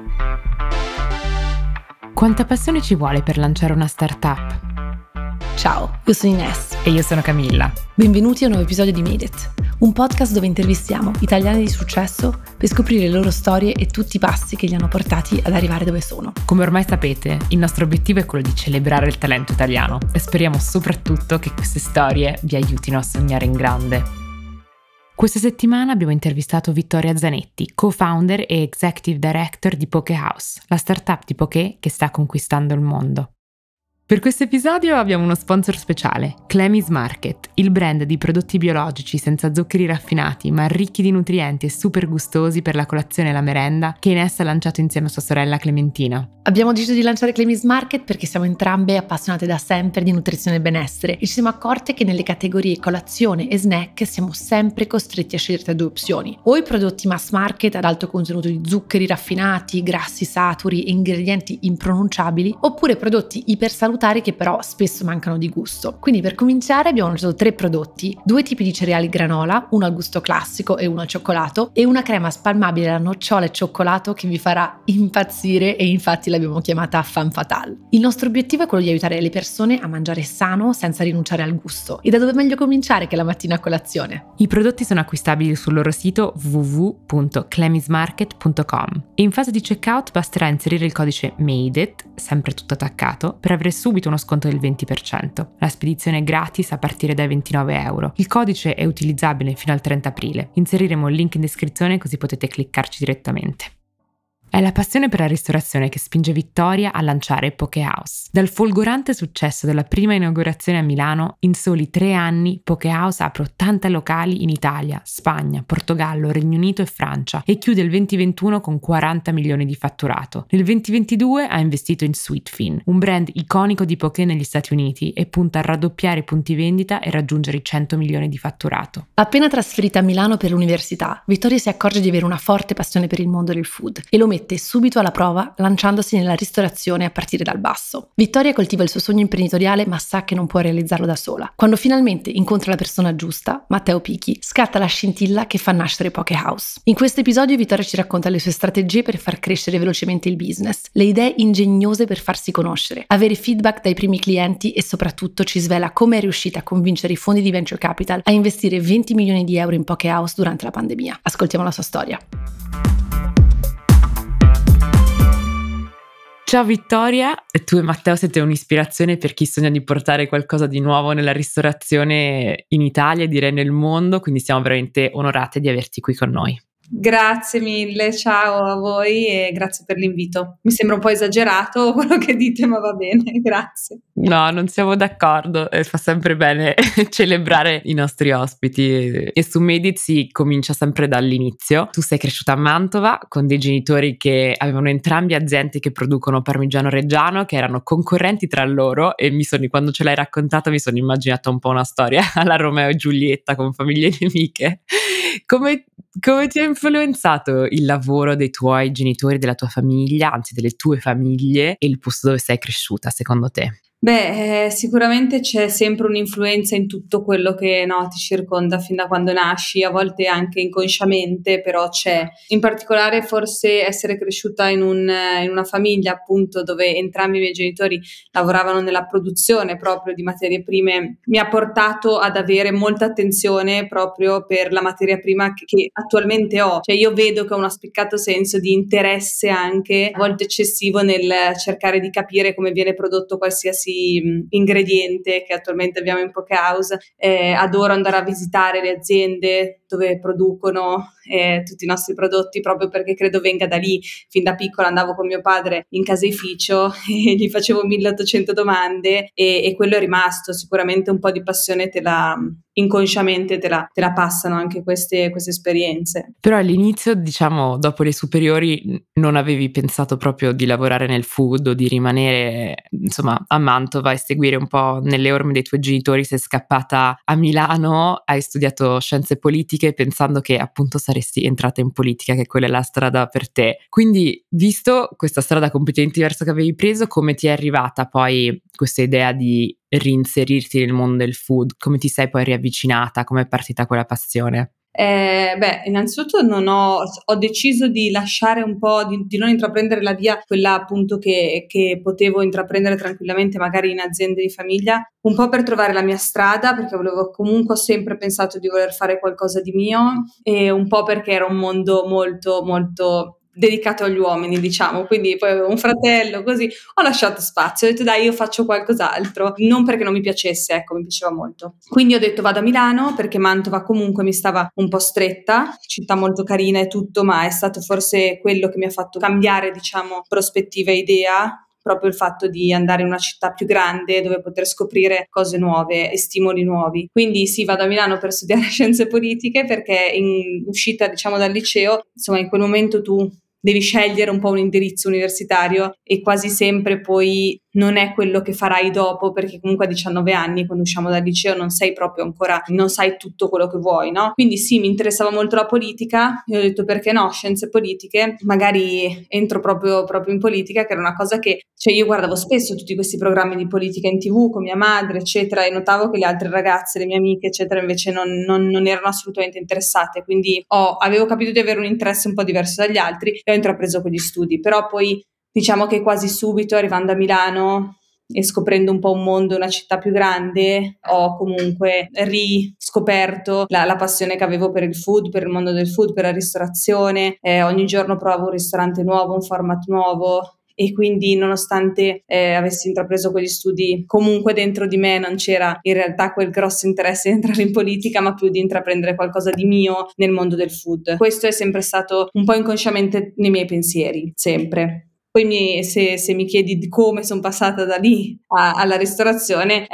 Quanta passione ci vuole per lanciare una startup? Ciao, io sono Ines. E io sono Camilla. Benvenuti a un nuovo episodio di Made It, un podcast dove intervistiamo italiani di successo per scoprire le loro storie e tutti i passi che li hanno portati ad arrivare dove sono. Come ormai sapete, il nostro obiettivo è quello di celebrare il talento italiano e speriamo soprattutto che queste storie vi aiutino a sognare in grande. Questa settimana abbiamo intervistato Vittoria Zanetti, co-founder e executive director di Poké House, la startup di poké che sta conquistando il mondo. Per questo episodio abbiamo uno sponsor speciale, Clemy's Market, il brand di prodotti biologici senza zuccheri raffinati ma ricchi di nutrienti e super gustosi per la colazione e la merenda che Ines ha lanciato insieme a sua sorella Clementina. Abbiamo deciso di lanciare Clemy's Market perché siamo entrambe appassionate da sempre di nutrizione e benessere e ci siamo accorte che nelle categorie colazione e snack siamo sempre costretti a scegliere tra due opzioni: o i prodotti mass market ad alto contenuto di zuccheri raffinati, grassi saturi e ingredienti impronunciabili, oppure prodotti ipersalutari che però spesso mancano di gusto. Quindi per cominciare abbiamo lanciato 3 prodotti, 2 tipi di cereali granola, uno al gusto classico e uno al cioccolato, e una crema spalmabile alla nocciola e cioccolato che vi farà impazzire e infatti l'abbiamo chiamata Femme Fatale. Il nostro obiettivo è quello di aiutare le persone a mangiare sano senza rinunciare al gusto. E da dove meglio cominciare che la mattina a colazione? I prodotti sono acquistabili sul loro sito www.clemysmarket.com e in fase di checkout basterà inserire il codice MADEIT, sempre tutto attaccato, per avere subito uno sconto del 20%. La spedizione è gratis a partire dai €29. Il codice è utilizzabile fino al 30 aprile. Inseriremo il link in descrizione così potete cliccarci direttamente. È la passione per la ristorazione che spinge Vittoria a lanciare Poké House. Dal folgorante successo della prima inaugurazione a Milano, in soli 3 anni Poké House apre 80 locali in Italia, Spagna, Portogallo, Regno Unito e Francia e chiude il 2021 con 40 milioni di fatturato. Nel 2022 ha investito in Sweetfin, un brand iconico di poké negli Stati Uniti, e punta a raddoppiare i punti vendita e raggiungere i 100 milioni di fatturato. Appena trasferita a Milano per l'università, Vittoria si accorge di avere una forte passione per il mondo del food e lo mette subito alla prova lanciandosi nella ristorazione a partire dal basso. Vittoria coltiva il suo sogno imprenditoriale ma sa che non può realizzarlo da sola. Quando finalmente incontra la persona giusta, Matteo Pichi, scatta la scintilla che fa nascere Poké House. In questo episodio Vittoria ci racconta le sue strategie per far crescere velocemente il business, le idee ingegnose per farsi conoscere, avere feedback dai primi clienti e soprattutto ci svela come è riuscita a convincere i fondi di venture capital a investire 20 milioni di euro in Poké House durante la pandemia. Ascoltiamo la sua storia. Ciao Vittoria, tu e Matteo siete un'ispirazione per chi sogna di portare qualcosa di nuovo nella ristorazione in Italia e direi nel mondo, quindi siamo veramente onorate di averti qui con noi. Grazie mille, ciao a voi e grazie per l'invito. Mi sembra un po' esagerato quello che dite, ma va bene, grazie. No, non siamo d'accordo, fa sempre bene celebrare i nostri ospiti e su Made It si comincia sempre dall'inizio. Tu sei cresciuta a Mantova con dei genitori che avevano entrambi aziende che producono parmigiano reggiano, che erano concorrenti tra loro, e quando ce l'hai raccontato mi sono immaginata un po' una storia alla Romeo e Giulietta con famiglie nemiche. Come ti ha influenzato il lavoro dei tuoi genitori, della tua famiglia, anzi delle tue famiglie, e il posto dove sei cresciuta, secondo te? Sicuramente c'è sempre un'influenza in tutto quello che ti circonda fin da quando nasci, a volte anche inconsciamente, però c'è. In particolare forse essere cresciuta in una famiglia appunto dove entrambi i miei genitori lavoravano nella produzione proprio di materie prime mi ha portato ad avere molta attenzione proprio per la materia prima che attualmente ho. Cioè io vedo che ho uno spiccato senso di interesse anche, a volte eccessivo, nel cercare di capire come viene prodotto qualsiasi ingrediente che attualmente abbiamo in Poké House. Adoro andare a visitare le aziende dove producono tutti i nostri prodotti, proprio perché credo venga da lì. Fin da piccola andavo con mio padre in caseificio e gli facevo 1800 domande e quello è rimasto. Sicuramente un po' di passione inconsciamente te la passano anche queste esperienze. Però all'inizio, diciamo, dopo le superiori non avevi pensato proprio di lavorare nel food o di rimanere, insomma, a Mantova e seguire un po' nelle orme dei tuoi genitori. Sei scappata a Milano, hai studiato scienze politiche pensando che appunto saresti entrata in politica, che quella è la strada per te. Quindi, visto questa strada completamente diversa che avevi preso, come ti è arrivata poi questa idea di reinserirti nel mondo del food? Come ti sei poi riavvicinata? Come è partita quella passione? Innanzitutto ho deciso di lasciare un po', di non intraprendere la via, quella appunto che potevo intraprendere tranquillamente magari in aziende di famiglia, un po' per trovare la mia strada, perché comunque ho sempre pensato di voler fare qualcosa di mio, e un po' perché era un mondo molto molto dedicato agli uomini, diciamo, quindi poi avevo un fratello, così ho lasciato spazio, ho detto dai, io faccio qualcos'altro, non perché non mi piacesse, ecco, mi piaceva molto. Quindi ho detto vado a Milano, perché Mantova comunque mi stava un po' stretta, città molto carina e tutto, ma è stato forse quello che mi ha fatto cambiare, diciamo, prospettiva e idea, proprio il fatto di andare in una città più grande dove poter scoprire cose nuove e stimoli nuovi. Quindi sì, vado a Milano per studiare scienze politiche, perché in uscita, diciamo, dal liceo, insomma, in quel momento tu devi scegliere un po' un indirizzo universitario e quasi sempre poi non è quello che farai dopo, perché comunque a 19 anni, quando usciamo dal liceo, non sei proprio ancora, non sai tutto quello che vuoi, no? Quindi sì, mi interessava molto la politica e ho detto perché no, scienze politiche, magari entro proprio in politica, che era una cosa che, cioè, io guardavo spesso tutti questi programmi di politica in TV con mia madre, eccetera, e notavo che le altre ragazze, le mie amiche, eccetera, invece non erano assolutamente interessate, quindi avevo capito di avere un interesse un po' diverso dagli altri e ho intrapreso quegli studi, però poi diciamo che quasi subito, arrivando a Milano e scoprendo un po' un mondo, una città più grande, ho comunque riscoperto la passione che avevo per il food, per il mondo del food, per la ristorazione. Ogni giorno provavo un ristorante nuovo, un format nuovo, e quindi nonostante avessi intrapreso quegli studi, comunque dentro di me non c'era in realtà quel grosso interesse di entrare in politica, ma più di intraprendere qualcosa di mio nel mondo del food. Questo è sempre stato un po' inconsciamente nei miei pensieri, sempre. Poi se mi chiedi di come sono passata da lì alla ristorazione,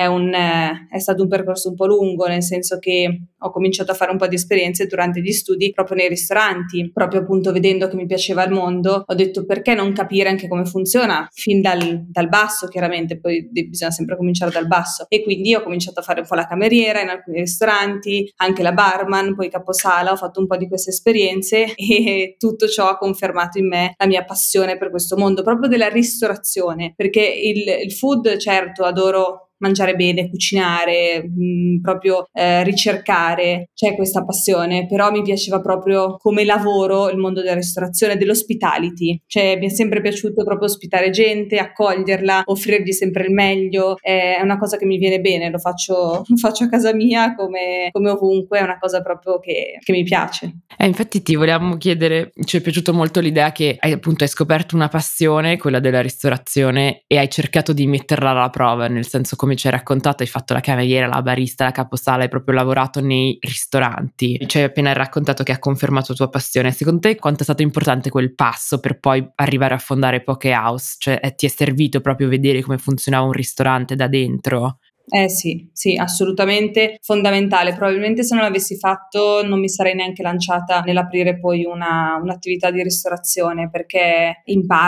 è stato un percorso un po' lungo, nel senso che ho cominciato a fare un po' di esperienze durante gli studi proprio nei ristoranti, proprio appunto vedendo che mi piaceva il mondo, ho detto perché non capire anche come funziona, fin dal basso chiaramente, poi bisogna sempre cominciare dal basso, e quindi ho cominciato a fare un po' la cameriera in alcuni ristoranti, anche la barman, poi caposala, ho fatto un po' di queste esperienze e tutto ciò ha confermato in me la mia passione per questo mondo proprio della ristorazione, perché il food, certo, adoro mangiare bene, cucinare, proprio ricercare, c'è questa passione, però mi piaceva proprio come lavoro il mondo della ristorazione, dell'hospitality, cioè mi è sempre piaciuto proprio ospitare gente, accoglierla, offrirgli sempre il meglio, è una cosa che mi viene bene, lo faccio a casa mia come ovunque, è una cosa proprio che mi piace. Infatti ti volevamo chiedere, ci è piaciuto molto l'idea che hai scoperto una passione, quella della ristorazione, e hai cercato di metterla alla prova, nel senso, come ci hai raccontato, hai fatto la cameriera, la barista, la caposala, hai proprio lavorato nei ristoranti. Ci hai appena raccontato che ha confermato tua passione. Secondo te quanto è stato importante quel passo per poi arrivare a fondare Poke House? Cioè ti è servito proprio vedere come funzionava un ristorante da dentro? Sì, assolutamente fondamentale. Probabilmente se non l'avessi fatto non mi sarei neanche lanciata nell'aprire poi un'attività di ristorazione, perché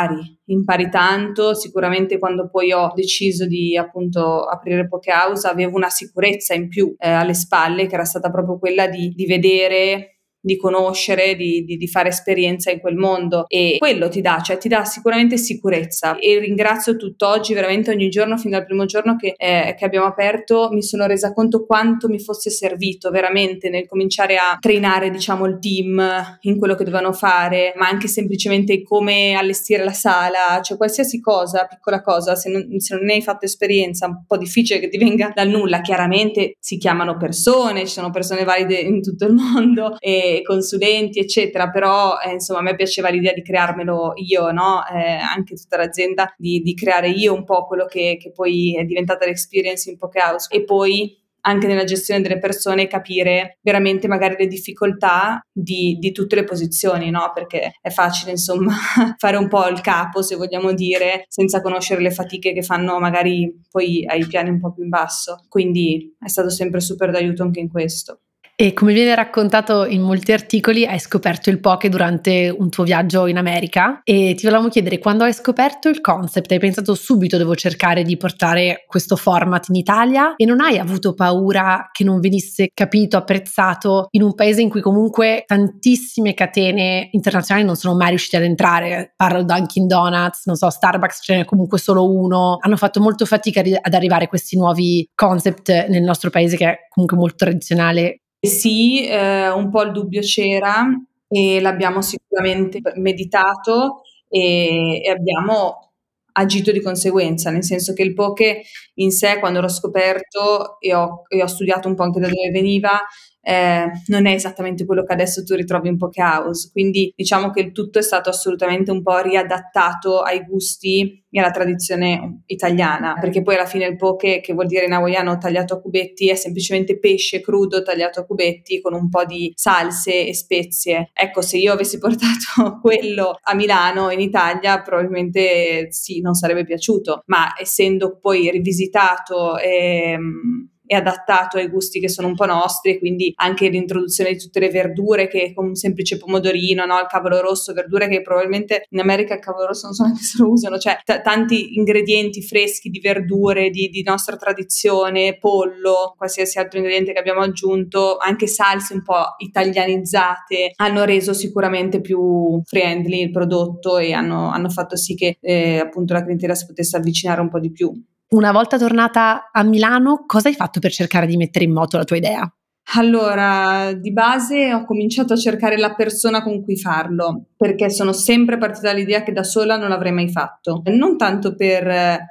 impari tanto. Sicuramente quando poi ho deciso di appunto aprire Poke House avevo una sicurezza in più alle spalle, che era stata proprio quella di vedere, di conoscere, di fare esperienza in quel mondo, e quello ti dà sicuramente sicurezza, e ringrazio tutt'oggi, veramente ogni giorno, fin dal primo giorno che abbiamo aperto, mi sono resa conto quanto mi fosse servito veramente nel cominciare a trainare, diciamo, il team in quello che dovevano fare, ma anche semplicemente come allestire la sala, cioè qualsiasi cosa, piccola cosa, se non ne hai fatto esperienza, un po' difficile che ti venga dal nulla. Chiaramente si chiamano persone, ci sono persone valide in tutto il mondo e consulenti eccetera, però insomma a me piaceva l'idea di crearmelo io, no? Anche tutta l'azienda, di creare io un po' quello che poi è diventata l'experience in Poke House, e poi anche nella gestione delle persone capire veramente magari le difficoltà di tutte le posizioni, no? Perché è facile insomma fare un po' il capo, se vogliamo dire, senza conoscere le fatiche che fanno magari poi ai piani un po' più in basso, quindi è stato sempre super d'aiuto anche in questo. E come viene raccontato in molti articoli, hai scoperto il poke durante un tuo viaggio in America, e ti volevamo chiedere, quando hai scoperto il concept, hai pensato subito devo cercare di portare questo format in Italia, e non hai avuto paura che non venisse capito, apprezzato in un paese in cui comunque tantissime catene internazionali non sono mai riuscite ad entrare? Parlo Dunkin' Donuts, non so, Starbucks ce n'è comunque solo uno, hanno fatto molto fatica ad arrivare questi nuovi concept nel nostro paese che è comunque molto tradizionale. Sì, un po' il dubbio c'era e l'abbiamo sicuramente meditato e abbiamo agito di conseguenza, nel senso che il poke in sé, quando l'ho scoperto e ho studiato un po' anche da dove veniva, non è esattamente quello che adesso tu ritrovi in Poke House, quindi diciamo che il tutto è stato assolutamente un po' riadattato ai gusti e alla tradizione italiana, perché poi alla fine il poke, che vuol dire in hawaiano tagliato a cubetti, è semplicemente pesce crudo tagliato a cubetti con un po' di salse e spezie. Ecco, se io avessi portato quello a Milano, in Italia, probabilmente sì, non sarebbe piaciuto, ma essendo poi rivisitato e adattato ai gusti che sono un po' nostri, quindi anche l'introduzione di tutte le verdure, che con un semplice pomodorino, no? Il cavolo rosso, verdure che probabilmente in America il cavolo rosso non so neanche se lo usano, cioè tanti ingredienti freschi di verdure di nostra tradizione, pollo, qualsiasi altro ingrediente che abbiamo aggiunto, anche salse un po' italianizzate, hanno reso sicuramente più friendly il prodotto e hanno fatto sì che appunto la clientela si potesse avvicinare un po' di più. Una volta tornata a Milano, cosa hai fatto per cercare di mettere in moto la tua idea? Allora, di base ho cominciato a cercare la persona con cui farlo, perché sono sempre partita dall'idea che da sola non l'avrei mai fatto. Non tanto per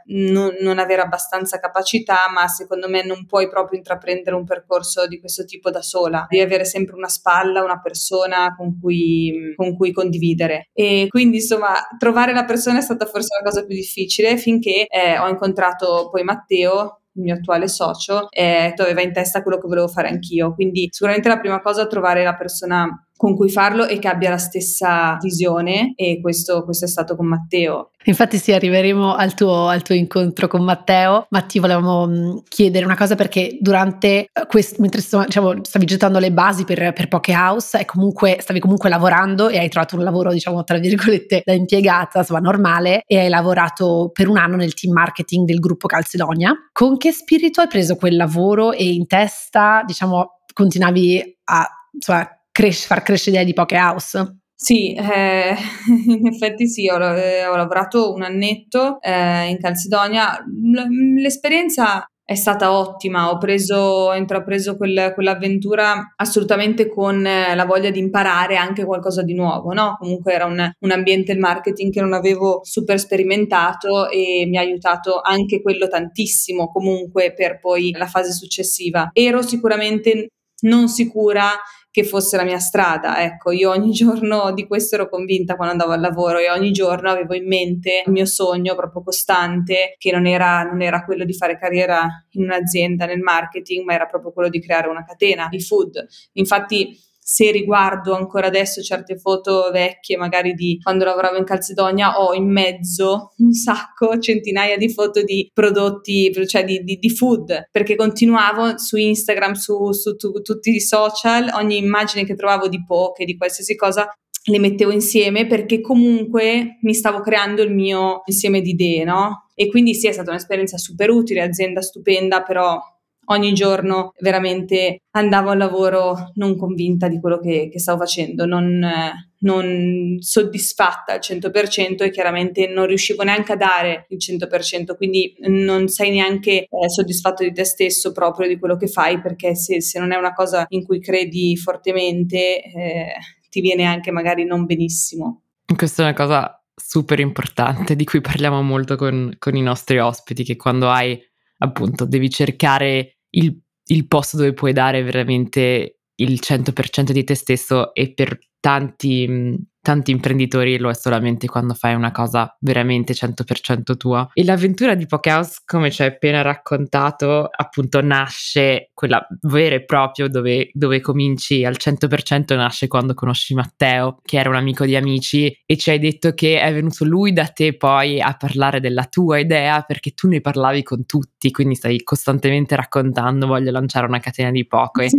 non avere abbastanza capacità, ma secondo me non puoi proprio intraprendere un percorso di questo tipo da sola. Devi avere sempre una spalla, una persona con cui condividere. E quindi, insomma, trovare la persona è stata forse la cosa più difficile, finché ho incontrato poi Matteo, il mio attuale socio, aveva in testa quello che volevo fare anch'io, quindi sicuramente la prima cosa è trovare la persona con cui farlo e che abbia la stessa visione, e questo è stato con Matteo. Infatti sì, arriveremo al tuo incontro con Matteo, ma ti volevamo chiedere una cosa, perché durante mentre stavi gettando le basi per Poke House, stavi comunque lavorando e hai trovato un lavoro, diciamo, tra virgolette, da impiegata, insomma, normale, e hai lavorato per un anno nel team marketing del gruppo Calzedonia. Con che spirito hai preso quel lavoro e in testa, diciamo, continuavi a, insomma, far crescere l'idea di Poke House? Sì, in effetti sì, ho lavorato un annetto in Calzedonia. L'esperienza è stata ottima, ho intrapreso quell'avventura assolutamente con la voglia di imparare anche qualcosa di nuovo, no? Comunque era un ambiente, il marketing, che non avevo super sperimentato, e mi ha aiutato anche quello tantissimo comunque per poi la fase successiva. Ero sicuramente non sicura che fosse la mia strada, ecco, io ogni giorno di questo ero convinta quando andavo al lavoro, e ogni giorno avevo in mente il mio sogno proprio costante, che non era quello di fare carriera in un'azienda nel marketing, ma era proprio quello di creare una catena di food. Infatti, se riguardo ancora adesso certe foto vecchie, magari di quando lavoravo in Calzedonia, ho in mezzo un sacco, centinaia di foto di prodotti, cioè di food, perché continuavo su Instagram, su tutti i social, ogni immagine che trovavo di poke, di qualsiasi cosa, le mettevo insieme, perché comunque mi stavo creando il mio insieme di idee, no? E quindi sì, è stata un'esperienza super utile, azienda stupenda, però ogni giorno veramente andavo al lavoro non convinta di quello che stavo facendo, non soddisfatta al 100%, e chiaramente non riuscivo neanche a dare il 100%, quindi non sei neanche soddisfatto di te stesso, proprio di quello che fai, perché se non è una cosa in cui credi fortemente, ti viene anche magari non benissimo. Questa è una cosa super importante di cui parliamo molto con i nostri ospiti, che quando appunto, devi cercare il posto dove puoi dare veramente il 100% di te stesso, e per tanti imprenditori lo è solamente quando fai una cosa veramente 100% tua. E l'avventura di Poke House, come ci hai appena raccontato, appunto nasce, quella vera e propria, dove cominci al 100%, nasce quando conosci Matteo, che era un amico di amici, e ci hai detto che è venuto lui da te poi a parlare della tua idea, perché tu ne parlavi con tutti, quindi stai costantemente raccontando: voglio lanciare una catena di poke.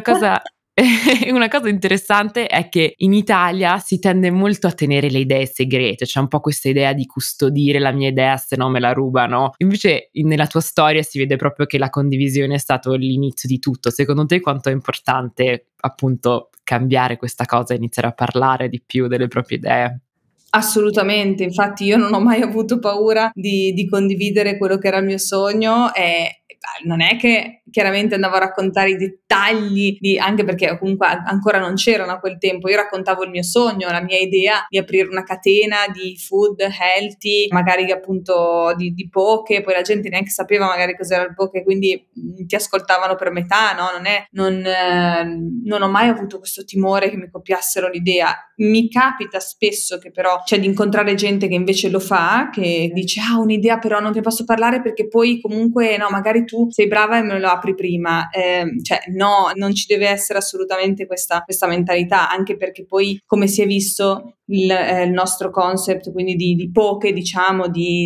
Una cosa interessante è che in Italia si tende molto a tenere le idee segrete, c'è un po' questa idea di custodire la mia idea, se no me la rubano. Invece nella tua storia si vede proprio che la condivisione è stato l'inizio di tutto. Secondo te quanto è importante, appunto, cambiare questa cosa e iniziare a parlare di più delle proprie idee? Assolutamente, infatti io non ho mai avuto paura di condividere quello che era il mio sogno e non è che chiaramente andavo a raccontare i dettagli, anche perché comunque ancora non c'erano a quel tempo, io raccontavo il mio sogno, la mia idea di aprire una catena di food healthy, magari appunto di poke, poi la gente neanche sapeva magari cos'era il poke, quindi ti ascoltavano per metà, no? Non ho mai avuto questo timore che mi copiassero l'idea. Mi capita spesso che però di incontrare gente che invece lo fa, che dice un'idea però non te ne posso parlare perché poi comunque no, magari tu sei brava e me lo apri prima, no, non ci deve essere assolutamente questa mentalità, anche perché poi come si è visto il nostro concept, quindi di poke, diciamo,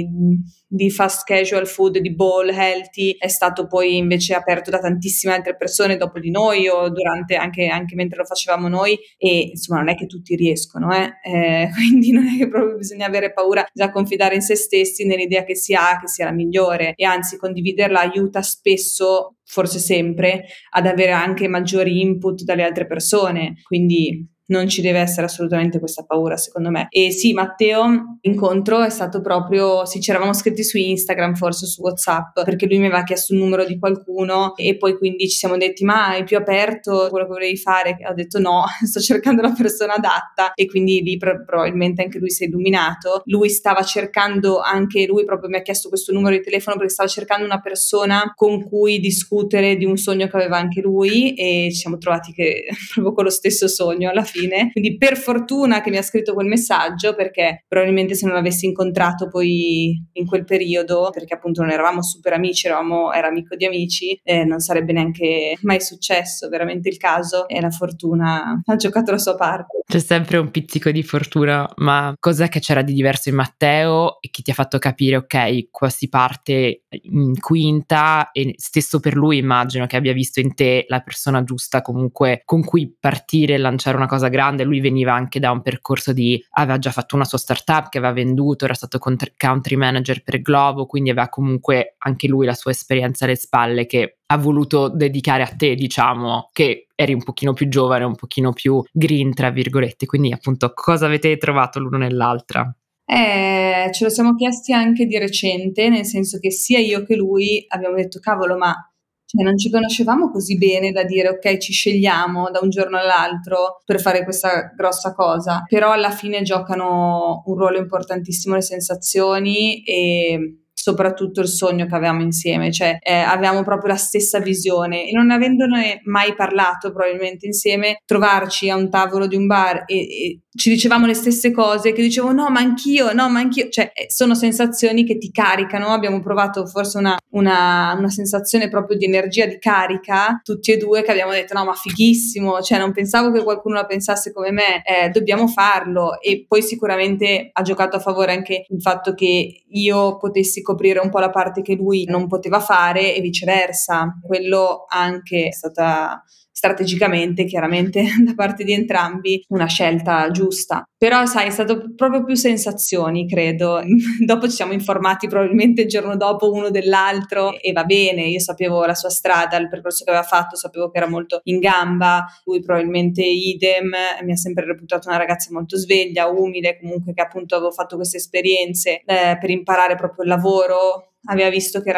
di fast casual food, di bowl healthy, è stato poi invece aperto da tantissime altre persone dopo di noi o durante anche mentre lo facevamo noi, e insomma non è che tutti riescono, quindi non è che proprio bisogna avere paura, bisogna confidare in se stessi, nell'idea che si ha, che sia la migliore, e anzi condividerla aiuta spesso, forse sempre, ad avere anche maggiori input dalle altre persone, quindi non ci deve essere assolutamente questa paura, secondo me. E sì, Matteo, l'incontro è stato proprio, sì, ci eravamo scritti su Instagram, forse su WhatsApp, perché lui mi aveva chiesto un numero di qualcuno e poi quindi ci siamo detti, ma hai più aperto quello che volevi fare? Ho detto no, sto cercando la persona adatta, e quindi lì probabilmente anche lui si è illuminato. Lui stava cercando, anche lui proprio mi ha chiesto questo numero di telefono perché stava cercando una persona con cui discutere di un sogno che aveva anche lui, e ci siamo trovati che proprio con lo stesso sogno alla fine. Quindi per fortuna che mi ha scritto quel messaggio, perché probabilmente se non l'avessi incontrato poi in quel periodo, perché appunto non eravamo super amici, era amico di amici, non sarebbe neanche mai successo veramente il caso, e la fortuna ha giocato la sua parte. C'è sempre un pizzico di fortuna, ma cos'è che c'era di diverso in Matteo e che ti ha fatto capire ok, qua si parte in quinta, e stesso per lui immagino che abbia visto in te la persona giusta comunque con cui partire e lanciare una cosa grande. Lui veniva anche da un percorso aveva già fatto una sua startup che aveva venduto, era stato country manager per Globo, quindi aveva comunque anche lui la sua esperienza alle spalle che ha voluto dedicare a te, diciamo, che eri un pochino più giovane, un pochino più green, tra virgolette. Quindi appunto cosa avete trovato l'uno nell'altra? Ce lo siamo chiesti anche di recente, nel senso che sia io che lui abbiamo detto cavolo, ma non ci conoscevamo così bene da dire ok, ci scegliamo da un giorno all'altro per fare questa grossa cosa, però alla fine giocano un ruolo importantissimo le sensazioni e soprattutto il sogno che avevamo insieme, avevamo proprio la stessa visione, e non avendone mai parlato probabilmente insieme, trovarci a un tavolo di un bar e ci dicevamo le stesse cose, che dicevo no ma anch'io, sono sensazioni che ti caricano. Abbiamo provato forse una sensazione proprio di energia, di carica, tutti e due, che abbiamo detto no ma fighissimo, non pensavo che qualcuno la pensasse come me, dobbiamo farlo. E poi sicuramente ha giocato a favore anche il fatto che io potessi coprire un po' la parte che lui non poteva fare e viceversa. Quello anche è stata strategicamente, chiaramente da parte di entrambi, una scelta giusta. Però sai, è stato proprio più sensazioni, credo. Dopo ci siamo informati probabilmente il giorno dopo uno dell'altro, e va bene, io sapevo la sua strada, il percorso che aveva fatto, sapevo che era molto in gamba, lui probabilmente idem, mi ha sempre reputato una ragazza molto sveglia, umile, comunque che appunto avevo fatto queste esperienze per imparare proprio il lavoro, aveva visto che era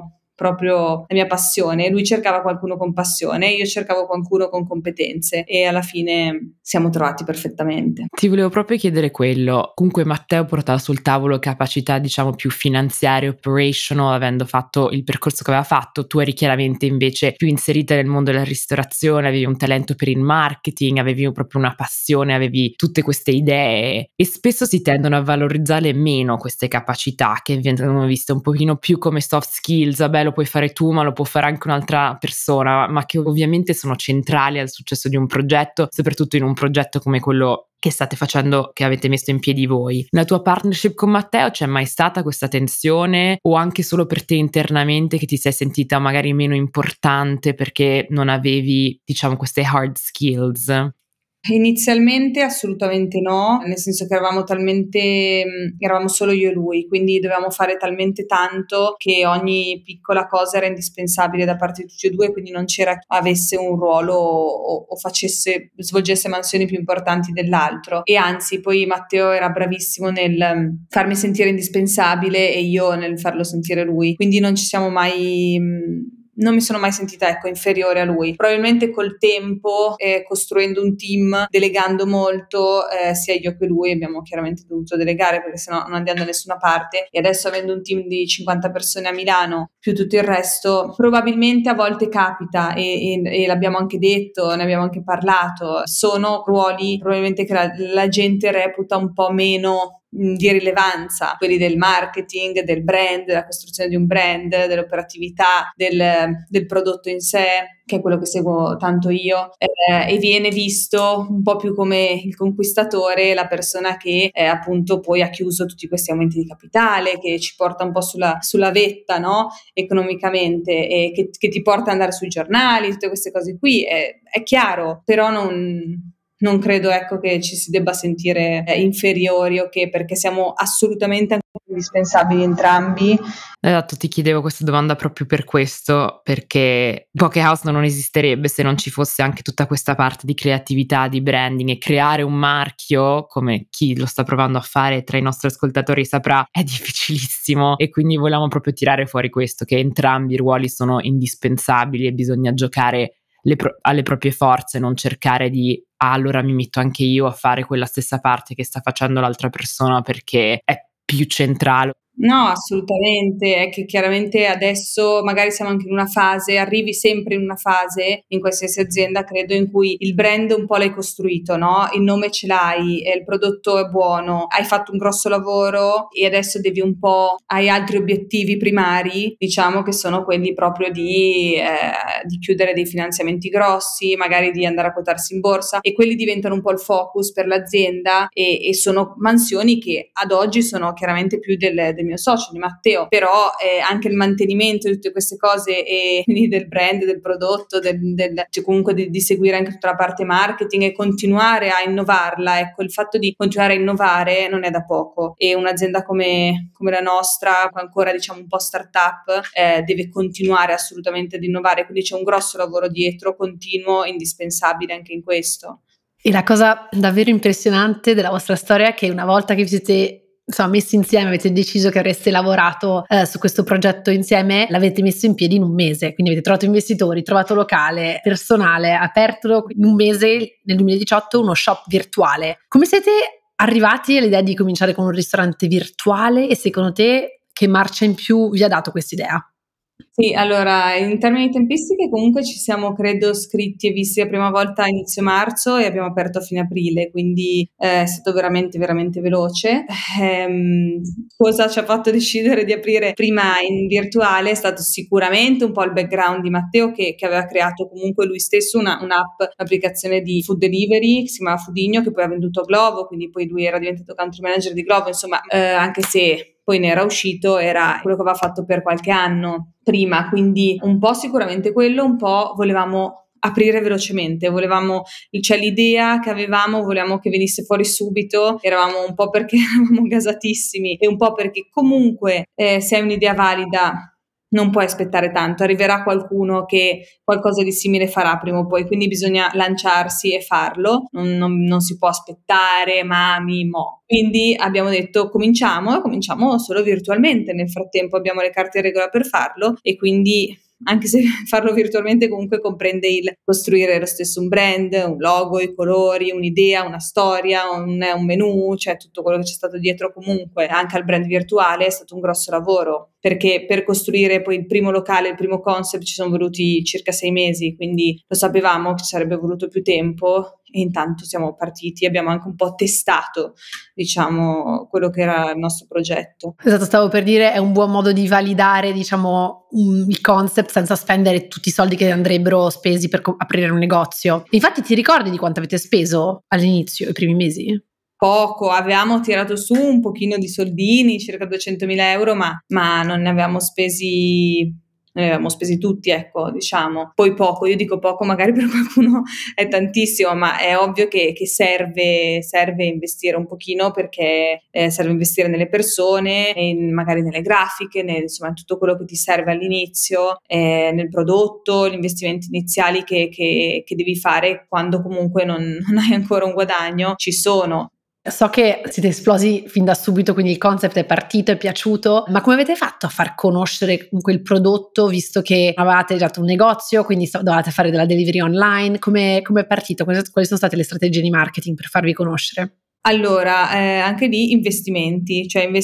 proprio la mia passione. Lui cercava qualcuno con passione, io cercavo qualcuno con competenze, e alla fine siamo trovati perfettamente. Ti volevo proprio chiedere quello. Comunque Matteo portava sul tavolo capacità, diciamo, più finanziarie, operational, avendo fatto il percorso che aveva fatto. Tu eri chiaramente invece più inserita nel mondo della ristorazione, avevi un talento per il marketing, avevi proprio una passione, avevi tutte queste idee, e spesso si tendono a valorizzare meno queste capacità che vengono viste un pochino più come soft skills. Vabbè, lo puoi fare tu, ma lo può fare anche un'altra persona, ma che ovviamente sono centrali al successo di un progetto, soprattutto in un progetto come quello che state facendo, che avete messo in piedi voi. Nella tua partnership con Matteo c'è mai stata questa tensione, o anche solo per te internamente, che ti sei sentita magari meno importante perché non avevi, diciamo, queste hard skills? Inizialmente assolutamente no, nel senso che eravamo solo io e lui, quindi dovevamo fare talmente tanto che ogni piccola cosa era indispensabile da parte di tutti e due, quindi non c'era chi avesse un ruolo o svolgesse mansioni più importanti dell'altro. E anzi, poi Matteo era bravissimo nel farmi sentire indispensabile e io nel farlo sentire lui, quindi non mi sono mai sentita, ecco, inferiore a lui. Probabilmente col tempo, costruendo un team, delegando molto, sia io che lui abbiamo chiaramente dovuto delegare, perché sennò non andiamo da nessuna parte, e adesso avendo un team di 50 persone a Milano più tutto il resto, probabilmente a volte capita e l'abbiamo anche detto, ne abbiamo anche parlato, sono ruoli probabilmente che la gente reputa un po' meno di rilevanza, quelli del marketing, del brand, della costruzione di un brand, dell'operatività, del prodotto in sé, che è quello che seguo tanto io, e viene visto un po' più come il conquistatore, la persona che appunto poi ha chiuso tutti questi aumenti di capitale, che ci porta un po' sulla vetta, no? Economicamente, e che ti porta ad andare sui giornali, tutte queste cose qui, è chiaro, però non credo, ecco, che ci si debba sentire inferiori o che, perché siamo assolutamente indispensabili entrambi. Esatto, ti chiedevo questa domanda proprio per questo, perché Poké House non esisterebbe se non ci fosse anche tutta questa parte di creatività, di branding, e creare un marchio, come chi lo sta provando a fare tra i nostri ascoltatori saprà, è difficilissimo, e quindi volevamo proprio tirare fuori questo, che entrambi i ruoli sono indispensabili e bisogna giocare alle proprie forze, non cercare di allora mi metto anche io a fare quella stessa parte che sta facendo l'altra persona perché è più centrale. No, assolutamente, è che chiaramente adesso magari siamo anche in una fase, arrivi sempre in una fase in qualsiasi azienda, credo, in cui il brand un po' l'hai costruito, no? Il nome ce l'hai, il prodotto è buono, hai fatto un grosso lavoro e adesso hai altri obiettivi primari, diciamo, che sono quelli proprio di chiudere dei finanziamenti grossi, magari di andare a quotarsi in borsa, e quelli diventano un po' il focus per l'azienda e sono mansioni che ad oggi sono chiaramente più del mio socio, di Matteo, però anche il mantenimento di tutte queste cose e quindi del brand, del prodotto, cioè comunque di seguire anche tutta la parte marketing e continuare a innovarla, ecco, il fatto di continuare a innovare non è da poco, e un'azienda come la nostra, ancora diciamo un po' startup, deve continuare assolutamente ad innovare, quindi c'è un grosso lavoro dietro, continuo, indispensabile anche in questo. E la cosa davvero impressionante della vostra storia è che una volta che vi siete messi insieme, avete deciso che avreste lavorato su questo progetto insieme, l'avete messo in piedi in un mese, quindi avete trovato investitori, trovato locale, personale, aperto in un mese, nel 2018, uno shop virtuale. Come siete arrivati all'idea di cominciare con un ristorante virtuale e secondo te che marcia in più vi ha dato questa idea? Sì, allora, in termini di tempistiche comunque ci siamo, credo, scritti e visti la prima volta a inizio marzo e abbiamo aperto a fine aprile, quindi è stato veramente, veramente veloce. Cosa ci ha fatto decidere di aprire prima in virtuale è stato sicuramente un po' il background di Matteo che aveva creato comunque lui stesso un'app, un'applicazione di food delivery che si chiamava Foodinho, che poi ha venduto a Glovo, quindi poi lui era diventato country manager di Glovo, insomma, anche se poi ne era uscito, era quello che aveva fatto per qualche anno prima, quindi un po' sicuramente quello, un po' volevamo aprire velocemente, cioè l'idea che avevamo, volevamo che venisse fuori subito, eravamo un po' perché eravamo gasatissimi e un po' perché comunque se hai un'idea valida non puoi aspettare tanto, arriverà qualcuno che qualcosa di simile farà prima o poi, quindi bisogna lanciarsi e farlo, non si può aspettare, quindi abbiamo detto cominciamo solo virtualmente, nel frattempo abbiamo le carte in regola per farlo, e quindi anche se farlo virtualmente comunque comprende il costruire lo stesso un brand, un logo, i colori, un'idea, una storia, un menù, cioè tutto quello che c'è stato dietro comunque anche al brand virtuale è stato un grosso lavoro, perché per costruire poi il primo locale, il primo concept ci sono voluti circa 6 mesi, quindi lo sapevamo che ci sarebbe voluto più tempo e intanto siamo partiti, abbiamo anche un po' testato, diciamo, quello che era il nostro progetto. Esatto, stavo per dire, è un buon modo di validare, diciamo, il concept senza spendere tutti i soldi che andrebbero spesi per aprire un negozio. Infatti ti ricordi di quanto avete speso all'inizio, i primi mesi? Poco, avevamo tirato su un pochino di soldini, circa 200.000 euro, ma non ne avevamo spesi noi li abbiamo spesi tutti, ecco, diciamo, poi poco, io dico poco, magari per qualcuno è tantissimo, ma è ovvio che serve investire un pochino, perché serve investire nelle persone, magari nelle grafiche, insomma tutto quello che ti serve all'inizio, nel prodotto, gli investimenti iniziali che devi fare quando comunque non hai ancora un guadagno, ci sono. So che siete esplosi fin da subito, quindi il concept è partito, è piaciuto, ma come avete fatto a far conoscere quel prodotto, visto che avevate già un negozio, quindi dovevate fare della delivery online? Come è partito? Quali sono state le strategie di marketing per farvi conoscere? Allora, anche lì investimenti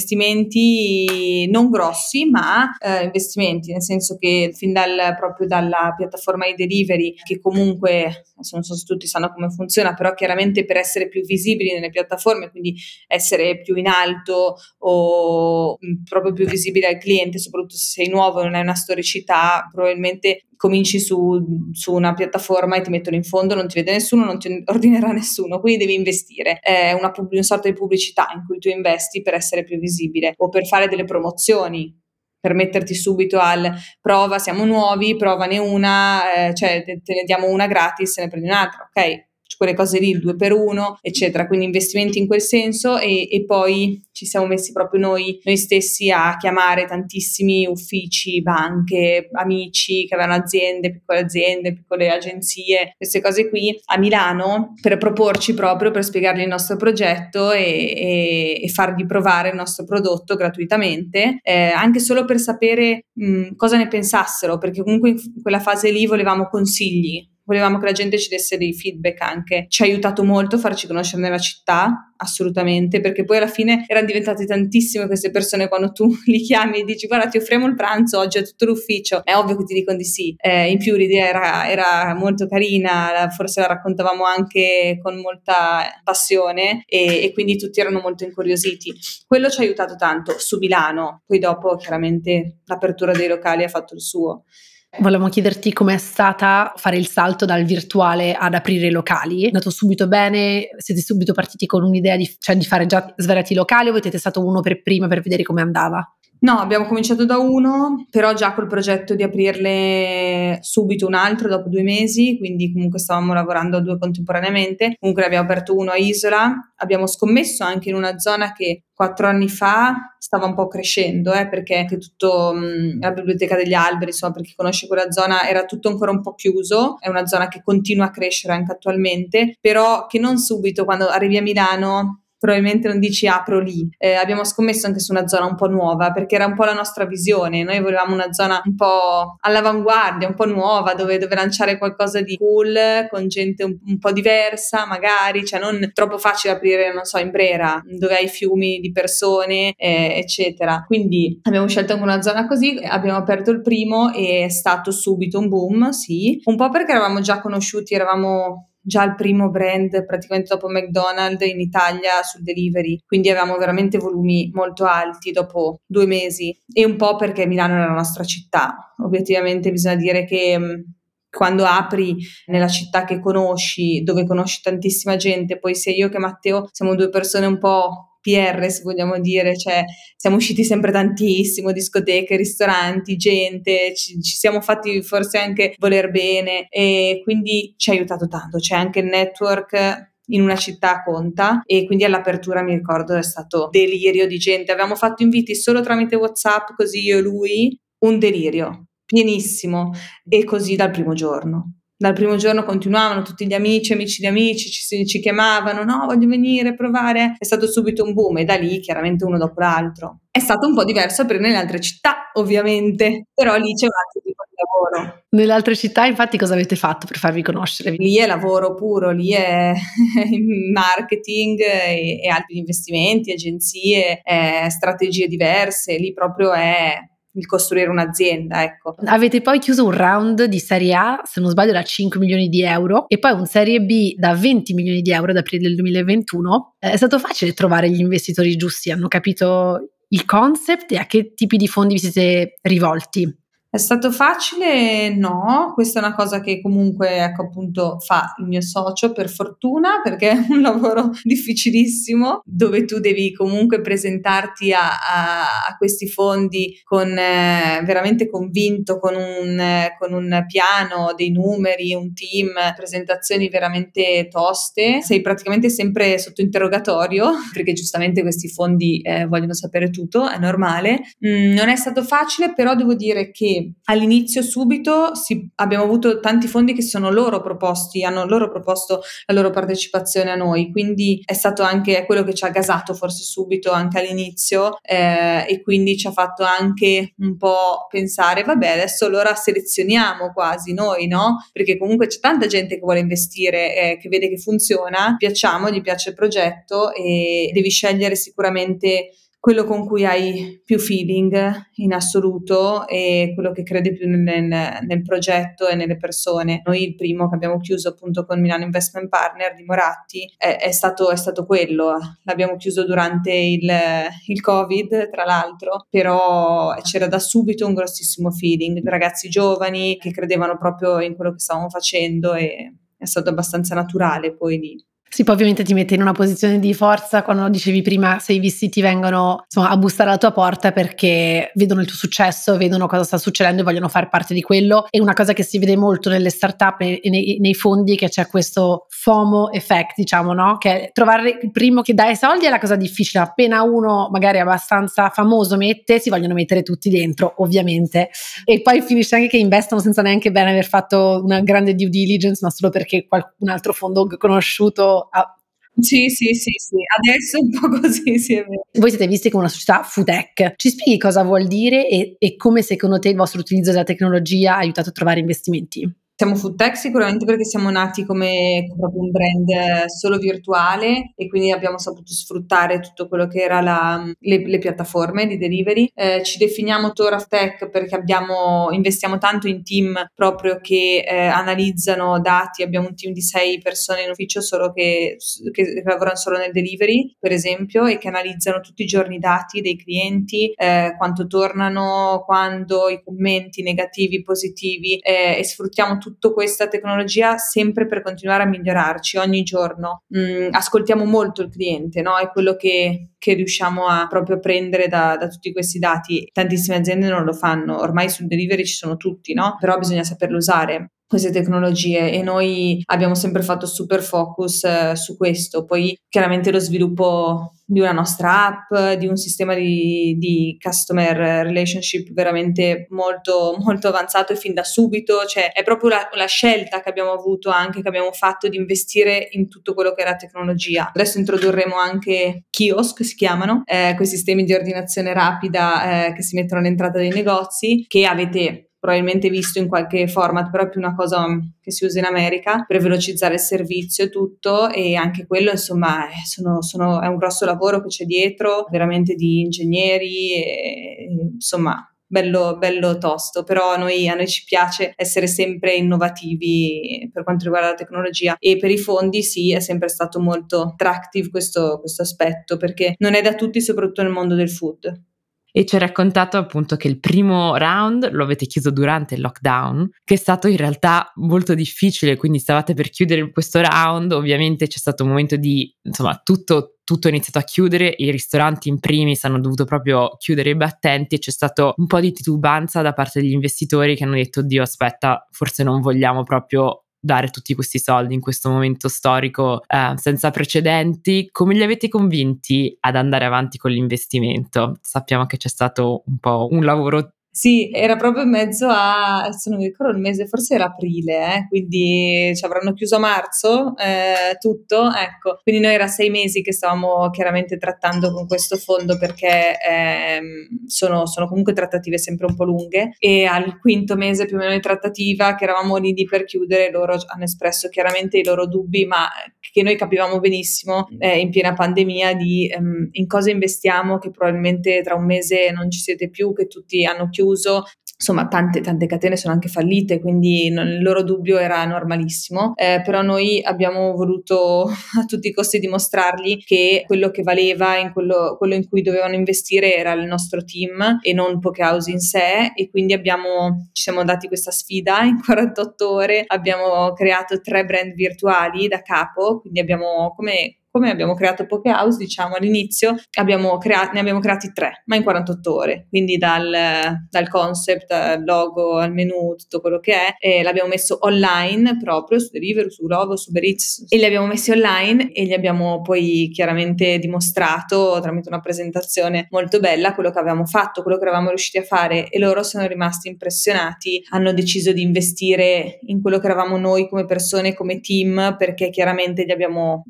non grossi, ma investimenti, nel senso che fin proprio dalla piattaforma di delivery, che comunque, adesso non so se tutti sanno come funziona, però chiaramente per essere più visibili nelle piattaforme, quindi essere più in alto o proprio più visibile al cliente, soprattutto se sei nuovo e non hai una storicità, probabilmente cominci su una piattaforma e ti mettono in fondo, non ti vede nessuno, non ti ordinerà nessuno, quindi devi investire. È una sorta di pubblicità in cui tu investi per essere più visibile, o per fare delle promozioni, per metterti subito al prova, siamo nuovi, provane una, cioè te ne diamo una gratis, se ne prendi un'altra, ok? Quelle cose lì, il 2 per 1, eccetera, quindi investimenti in quel senso, e poi ci siamo messi proprio noi stessi a chiamare tantissimi uffici, banche, amici che avevano aziende, piccole agenzie, queste cose qui a Milano, per proporci proprio, per spiegargli il nostro progetto e fargli provare il nostro prodotto gratuitamente, anche solo per sapere cosa ne pensassero, perché comunque in quella fase lì volevamo consigli. Volevamo che la gente ci desse dei feedback anche. Ci ha aiutato molto a farci conoscere nella città, assolutamente, perché poi alla fine erano diventate tantissime queste persone. Quando tu li chiami e dici guarda ti offriamo il pranzo oggi a tutto l'ufficio, è ovvio che ti dicono di sì. In più l'idea era molto carina, forse la raccontavamo anche con molta passione e quindi tutti erano molto incuriositi. Quello ci ha aiutato tanto su Milano, poi dopo chiaramente l'apertura dei locali ha fatto il suo. Volevamo chiederti com'è stata fare il salto dal virtuale ad aprire i locali. È andato subito bene? Siete subito partiti con un'idea di fare già svariati locali, o avete testato uno per prima per vedere come andava? No, abbiamo cominciato da uno, però già col progetto di aprirle subito un altro dopo 2 mesi, quindi comunque stavamo lavorando a 2 contemporaneamente. Comunque ne abbiamo aperto uno a Isola, abbiamo scommesso anche in una zona che 4 anni fa stava un po' crescendo, perché anche tutto la biblioteca degli alberi, insomma, per chi conosce quella zona, era tutto ancora un po' chiuso. È una zona che continua a crescere anche attualmente, però che non subito, quando arrivi a Milano probabilmente non dici apro lì. Abbiamo scommesso anche su una zona un po' nuova, perché era un po' la nostra visione. Noi volevamo una zona un po' all'avanguardia, un po' nuova, dove lanciare qualcosa di cool, con gente un po' diversa magari, cioè non troppo facile aprire, non so, in Brera, dove hai fiumi di persone, eccetera. Quindi abbiamo scelto anche una zona così, abbiamo aperto il primo e è stato subito un boom, sì, un po' perché eravamo già conosciuti, eravamo già il primo brand praticamente dopo McDonald's in Italia sul delivery, quindi avevamo veramente volumi molto alti dopo 2 mesi, e un po' perché Milano è la nostra città. Obiettivamente bisogna dire che quando apri nella città che conosci, dove conosci tantissima gente, poi sia io che Matteo siamo 2 persone un po' PR, se vogliamo dire, cioè siamo usciti sempre tantissimo, discoteche, ristoranti, gente, ci siamo fatti forse anche voler bene, e quindi ci ha aiutato tanto. C'è anche il network in una città conta, e quindi all'apertura mi ricordo è stato delirio di gente. Avevamo fatto inviti solo tramite WhatsApp, così io e lui, un delirio pienissimo, e così dal primo giorno. Dal primo giorno continuavano tutti gli amici di amici, ci chiamavano, no, voglio venire, provare. È stato subito un boom, e da lì chiaramente uno dopo l'altro. È stato un po' diverso per nelle altre città, ovviamente, però lì c'è un altro tipo di lavoro. Nelle altre città, infatti, cosa avete fatto per farvi conoscere? Lì è lavoro puro, lì è marketing e altri investimenti, agenzie, strategie diverse, lì proprio è il costruire un'azienda, ecco. Avete poi chiuso un round di Serie A, se non sbaglio da 5 milioni di euro, e poi un Serie B da 20 milioni di euro ad aprile del 2021. È stato facile trovare gli investitori giusti? Hanno capito il concept e a che tipi di fondi vi siete rivolti? È stato facile? No, questa è una cosa che comunque, ecco, appunto fa il mio socio, per fortuna, perché è un lavoro difficilissimo dove tu devi comunque presentarti a questi fondi con veramente convinto, con un piano, dei numeri, un team, presentazioni veramente toste. Sei praticamente sempre sotto interrogatorio perché giustamente questi fondi vogliono sapere tutto, è normale. Non è stato facile, però devo dire che all'inizio subito abbiamo avuto tanti fondi che hanno loro proposto la loro partecipazione a noi, quindi è stato anche quello che ci ha gasato forse subito anche all'inizio, e quindi ci ha fatto anche un po' pensare, vabbè, adesso allora selezioniamo quasi noi, no? Perché comunque c'è tanta gente che vuole investire, che vede che funziona, gli piace il progetto e devi scegliere sicuramente quello con cui hai più feeling in assoluto e quello che crede più nel progetto e nelle persone. Noi il primo che abbiamo chiuso appunto con Milano Investment Partner di Moratti è stato quello. L'abbiamo chiuso durante il Covid, tra l'altro, però c'era da subito un grossissimo feeling, ragazzi giovani che credevano proprio in quello che stavamo facendo e è stato abbastanza naturale poi lì. Sì, poi ovviamente ti mette in una posizione di forza quando dicevi prima, se i VC ti vengono insomma a bussare alla tua porta perché vedono il tuo successo, vedono cosa sta succedendo e vogliono fare parte di quello. E una cosa che si vede molto nelle startup e nei fondi, che c'è questo FOMO effect, diciamo, no? Che trovare il primo che dà i soldi è la cosa difficile. Appena uno magari abbastanza famoso mette, si vogliono mettere tutti dentro, ovviamente. E poi finisce anche che investono senza neanche bene aver fatto una grande due diligence, ma solo perché qualcun altro fondo conosciuto. Sì, adesso è un po' così, sì, è vero. Voi siete visti come una società food tech. Ci spieghi cosa vuol dire e come secondo te il vostro utilizzo della tecnologia ha aiutato a trovare investimenti? Siamo food tech sicuramente perché siamo nati come proprio un brand solo virtuale e quindi abbiamo saputo sfruttare tutto quello che era le piattaforme di delivery. Ci definiamo Toraf Tech perché investiamo tanto in team proprio che analizzano dati. Abbiamo un team di 6 persone in ufficio solo che lavorano solo nel delivery, per esempio, e che analizzano tutti i giorni i dati dei clienti, quanto tornano, quando, i commenti negativi, positivi, e sfruttiamo tutta questa tecnologia sempre per continuare a migliorarci ogni giorno. Ascoltiamo molto il cliente, no? È quello che riusciamo a proprio prendere da tutti questi dati. Tantissime aziende non lo fanno, ormai sul delivery ci sono tutti, no? Però bisogna saperlo usare queste tecnologie e noi abbiamo sempre fatto super focus su questo. Poi chiaramente lo sviluppo di una nostra app, di un sistema di customer relationship veramente molto, molto avanzato e fin da subito, cioè è proprio la scelta che abbiamo avuto anche, che abbiamo fatto di investire in tutto quello che era tecnologia. Adesso introdurremo anche kiosk, si chiamano, quei sistemi di ordinazione rapida che si mettono all'entrata dei negozi, che avete probabilmente visto in qualche format, però è più una cosa che si usa in America per velocizzare il servizio e tutto, e anche quello insomma è un grosso lavoro che c'è dietro, veramente di ingegneri e, insomma bello tosto, però a noi ci piace essere sempre innovativi per quanto riguarda la tecnologia, e per i fondi sì, è sempre stato molto attractive questo aspetto, perché non è da tutti, soprattutto nel mondo del food. E ci hai raccontato appunto che il primo round lo avete chiuso durante il lockdown, che è stato in realtà molto difficile, quindi stavate per chiudere questo round, ovviamente c'è stato un momento di, insomma, tutto è iniziato a chiudere, i ristoranti in primis hanno dovuto proprio chiudere i battenti e c'è stato un po' di titubanza da parte degli investitori che hanno detto: Dio, aspetta, forse non vogliamo proprio dare tutti questi soldi in questo momento storico senza precedenti. Come li avete convinti ad andare avanti con l'investimento? Sappiamo che c'è stato un po' un lavoro. Sì, era proprio in mezzo adesso non mi ricordo il mese, forse era aprile, quindi ci avranno chiuso a marzo tutto, ecco. Quindi noi era 6 mesi che stavamo chiaramente trattando con questo fondo, perché sono comunque trattative sempre un po' lunghe, e al quinto mese più o meno di trattativa, che eravamo lì per chiudere, loro hanno espresso chiaramente i loro dubbi, ma che noi capivamo benissimo in piena pandemia di in cosa investiamo, che probabilmente tra un mese non ci siete più, che tutti hanno chiuso. insomma tante catene sono anche fallite, quindi il loro dubbio era normalissimo, però noi abbiamo voluto a tutti i costi dimostrargli che quello che valeva in quello in cui dovevano investire era il nostro team e non Pokehouse in sé, e quindi ci siamo dati questa sfida. In 48 ore abbiamo creato 3 brand virtuali da capo, quindi abbiamo come abbiamo creato Pokehouse, diciamo all'inizio, ne abbiamo creati 3, ma in 48 ore, quindi dal concept al logo al menu, tutto quello che è, e l'abbiamo messo online proprio su Deliveroo, su Glovo, su Uber Eats, e li abbiamo messi online e gli abbiamo poi chiaramente dimostrato tramite una presentazione molto bella quello che avevamo fatto, quello che eravamo riusciti a fare, e loro sono rimasti impressionati, hanno deciso di investire in quello che eravamo noi come persone, come team, perché chiaramente gli abbiamo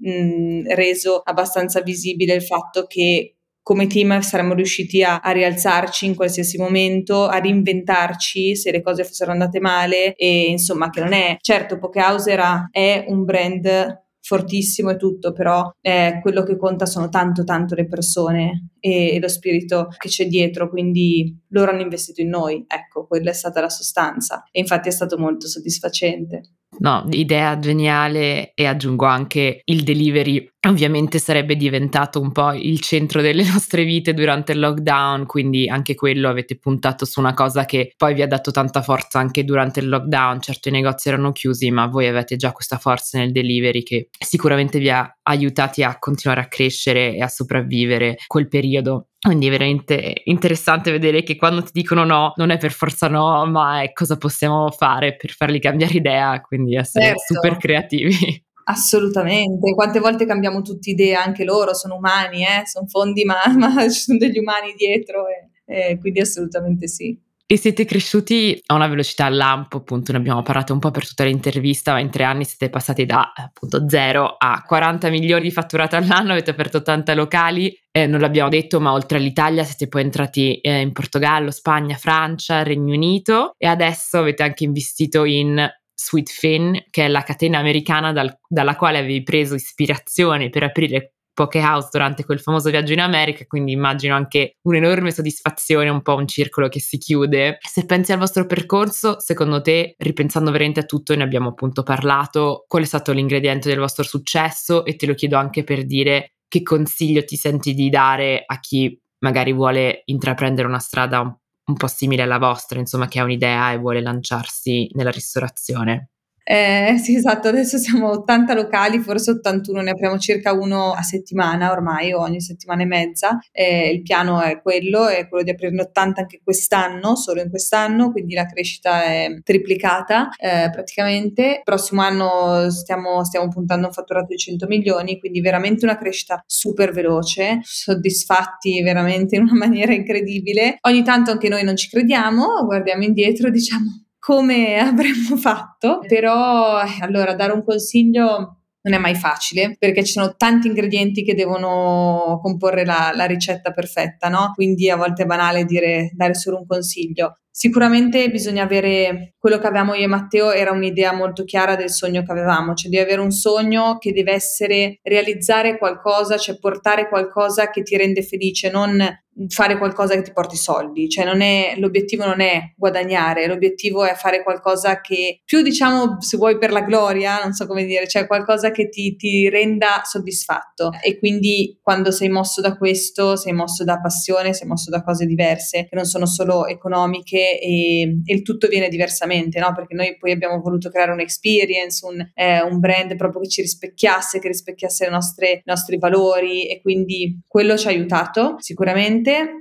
reso abbastanza visibile il fatto che come team saremmo riusciti a rialzarci in qualsiasi momento, a reinventarci se le cose fossero andate male, e insomma che non è, certo Pokehouse è un brand fortissimo e tutto, però quello che conta sono tanto le persone e lo spirito che c'è dietro, quindi loro hanno investito in noi, ecco, quella è stata la sostanza, e infatti è stato molto soddisfacente. No, idea geniale, e aggiungo anche il delivery ovviamente sarebbe diventato un po' il centro delle nostre vite durante il lockdown, quindi anche quello avete puntato su una cosa che poi vi ha dato tanta forza anche durante il lockdown. Certo, i negozi erano chiusi, ma voi avete già questa forza nel delivery che sicuramente vi ha aiutati a continuare a crescere e a sopravvivere quel periodo. Quindi è veramente interessante vedere che quando ti dicono no, non è per forza no, ma è cosa possiamo fare per farli cambiare idea, quindi essere super creativi. Assolutamente, quante volte cambiamo tutti idea, anche loro sono umani, sono fondi, ma ci sono degli umani dietro, e quindi assolutamente sì. E siete cresciuti a una velocità lampo, appunto ne abbiamo parlato un po' per tutta l'intervista, ma in 3 anni siete passati da appunto 0 a 40 milioni di fatturato all'anno, avete aperto 80 locali, non l'abbiamo detto, ma oltre all'Italia siete poi entrati in Portogallo, Spagna, Francia, Regno Unito, e adesso avete anche investito in Sweetfin, che è la catena americana dalla quale avevi preso ispirazione per aprire Pokehouse durante quel famoso viaggio in America, quindi immagino anche un'enorme soddisfazione, un po' un circolo che si chiude. Se pensi al vostro percorso, secondo te, ripensando veramente a tutto, ne abbiamo appunto parlato, qual è stato l'ingrediente del vostro successo? E te lo chiedo anche per dire che consiglio ti senti di dare a chi magari vuole intraprendere una strada un po' simile alla vostra, insomma, che ha un'idea e vuole lanciarsi nella ristorazione. Sì, esatto, adesso siamo 80 locali, forse 81, ne apriamo circa uno a settimana ormai, o ogni settimana e mezza. Il piano è quello di aprirne 80 anche quest'anno, solo in quest'anno, quindi la crescita è triplicata praticamente. Il prossimo anno stiamo puntando a un fatturato di 100 milioni, quindi veramente una crescita super veloce, soddisfatti veramente in una maniera incredibile. Ogni tanto anche noi non ci crediamo, guardiamo indietro e diciamo come avremmo fatto, però allora dare un consiglio non è mai facile, perché ci sono tanti ingredienti che devono comporre la ricetta perfetta, no? Quindi a volte è banale dare solo un consiglio. Sicuramente bisogna avere, quello che avevamo io e Matteo era un'idea molto chiara del sogno che avevamo, cioè di avere un sogno che deve essere realizzare qualcosa, cioè portare qualcosa che ti rende felice, non fare qualcosa che ti porti soldi, cioè l'obiettivo non è guadagnare, l'obiettivo è fare qualcosa che più, diciamo, se vuoi per la gloria, non so come dire, cioè qualcosa che ti renda soddisfatto, e quindi quando sei mosso da questo, sei mosso da passione, sei mosso da cose diverse che non sono solo economiche, e il tutto viene diversamente, no? Perché noi poi abbiamo voluto creare un'experience, un brand proprio che ci rispecchiasse, che rispecchiasse i nostri valori, e quindi quello ci ha aiutato sicuramente.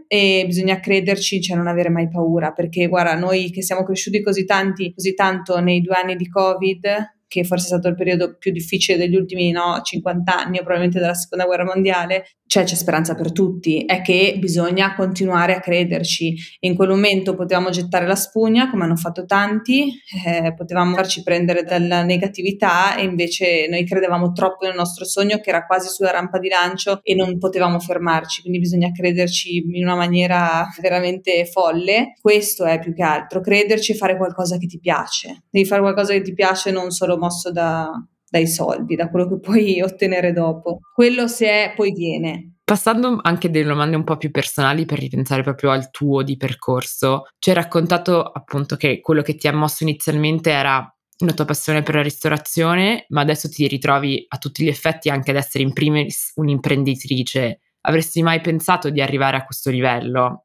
E bisogna crederci, cioè non avere mai paura, perché guarda, noi che siamo cresciuti così tanto nei 2 anni di Covid, che forse è stato il periodo più difficile degli ultimi 50 anni, o probabilmente della seconda guerra mondiale, cioè c'è speranza per tutti, è che bisogna continuare a crederci. In quel momento potevamo gettare la spugna, come hanno fatto tanti, potevamo farci prendere dalla negatività, e invece noi credevamo troppo nel nostro sogno, che era quasi sulla rampa di lancio, e non potevamo fermarci, quindi bisogna crederci in una maniera veramente folle. Questo è più che altro, crederci e fare qualcosa che ti piace. Devi fare qualcosa che ti piace, non solo mosso dai soldi, da quello che puoi ottenere dopo. Quello, se è, poi viene. Passando anche delle domande un po' più personali per ripensare proprio al tuo di percorso, ci hai raccontato appunto che quello che ti ha mosso inizialmente era una tua passione per la ristorazione, ma adesso ti ritrovi a tutti gli effetti anche ad essere in primis un'imprenditrice. Avresti mai pensato di arrivare a questo livello?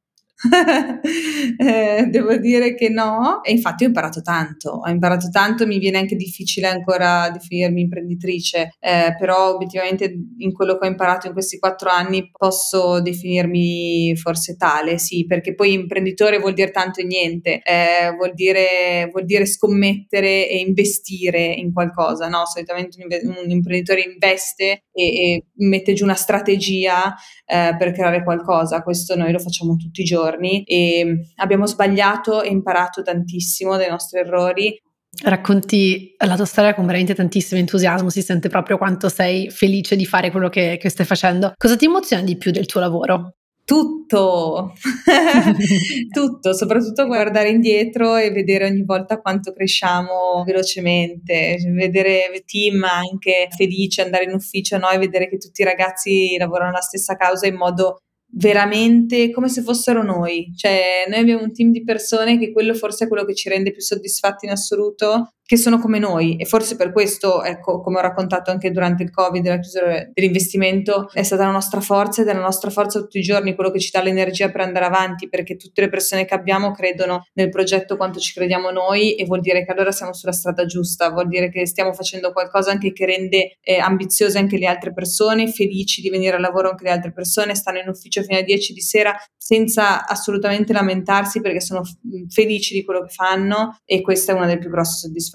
Devo dire che no, e infatti ho imparato tanto, mi viene anche difficile ancora definirmi imprenditrice, però obiettivamente in quello che ho imparato in questi 4 anni posso definirmi forse tale, sì, perché poi imprenditore vuol dire tanto e niente, vuol dire scommettere e investire in qualcosa, no? Solitamente un imprenditore investe e mette giù una strategia per creare qualcosa. Questo noi lo facciamo tutti i giorni e abbiamo sbagliato e imparato tantissimo dai nostri errori. Racconti la tua storia con veramente tantissimo entusiasmo, si sente proprio quanto sei felice di fare quello che stai facendo. Cosa ti emoziona di più del tuo lavoro? Tutto, tutto, soprattutto guardare indietro e vedere ogni volta quanto cresciamo velocemente, vedere team anche felici, andare in ufficio, no? E vedere che tutti i ragazzi lavorano alla stessa causa in modo veramente come se fossero noi. Cioè, noi abbiamo un team di persone che quello forse è quello che ci rende più soddisfatti in assoluto, che sono come noi, e forse per questo, ecco, come ho raccontato anche durante il Covid, la chiusura dell'investimento, è stata la nostra forza ed è la nostra forza tutti i giorni, quello che ci dà l'energia per andare avanti, perché tutte le persone che abbiamo credono nel progetto quanto ci crediamo noi, e vuol dire che allora siamo sulla strada giusta, vuol dire che stiamo facendo qualcosa anche che rende ambiziose anche le altre persone, felici di venire al lavoro anche le altre persone, stanno in ufficio fino alle 10 di sera senza assolutamente lamentarsi perché sono felici di quello che fanno, e questa è una delle più grosse soddisfazioni.